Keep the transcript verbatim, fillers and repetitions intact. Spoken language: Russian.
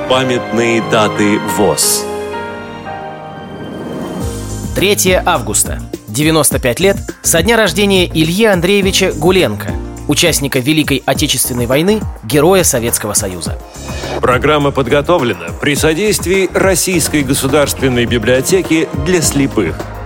Памятные даты ВОС. третьего августа. девяносто пять лет со дня рождения Ильи Андреевича Гуленко, участника Великой Отечественной войны, героя Советского Союза. Программа подготовлена при содействии Российской государственной библиотеки для слепых.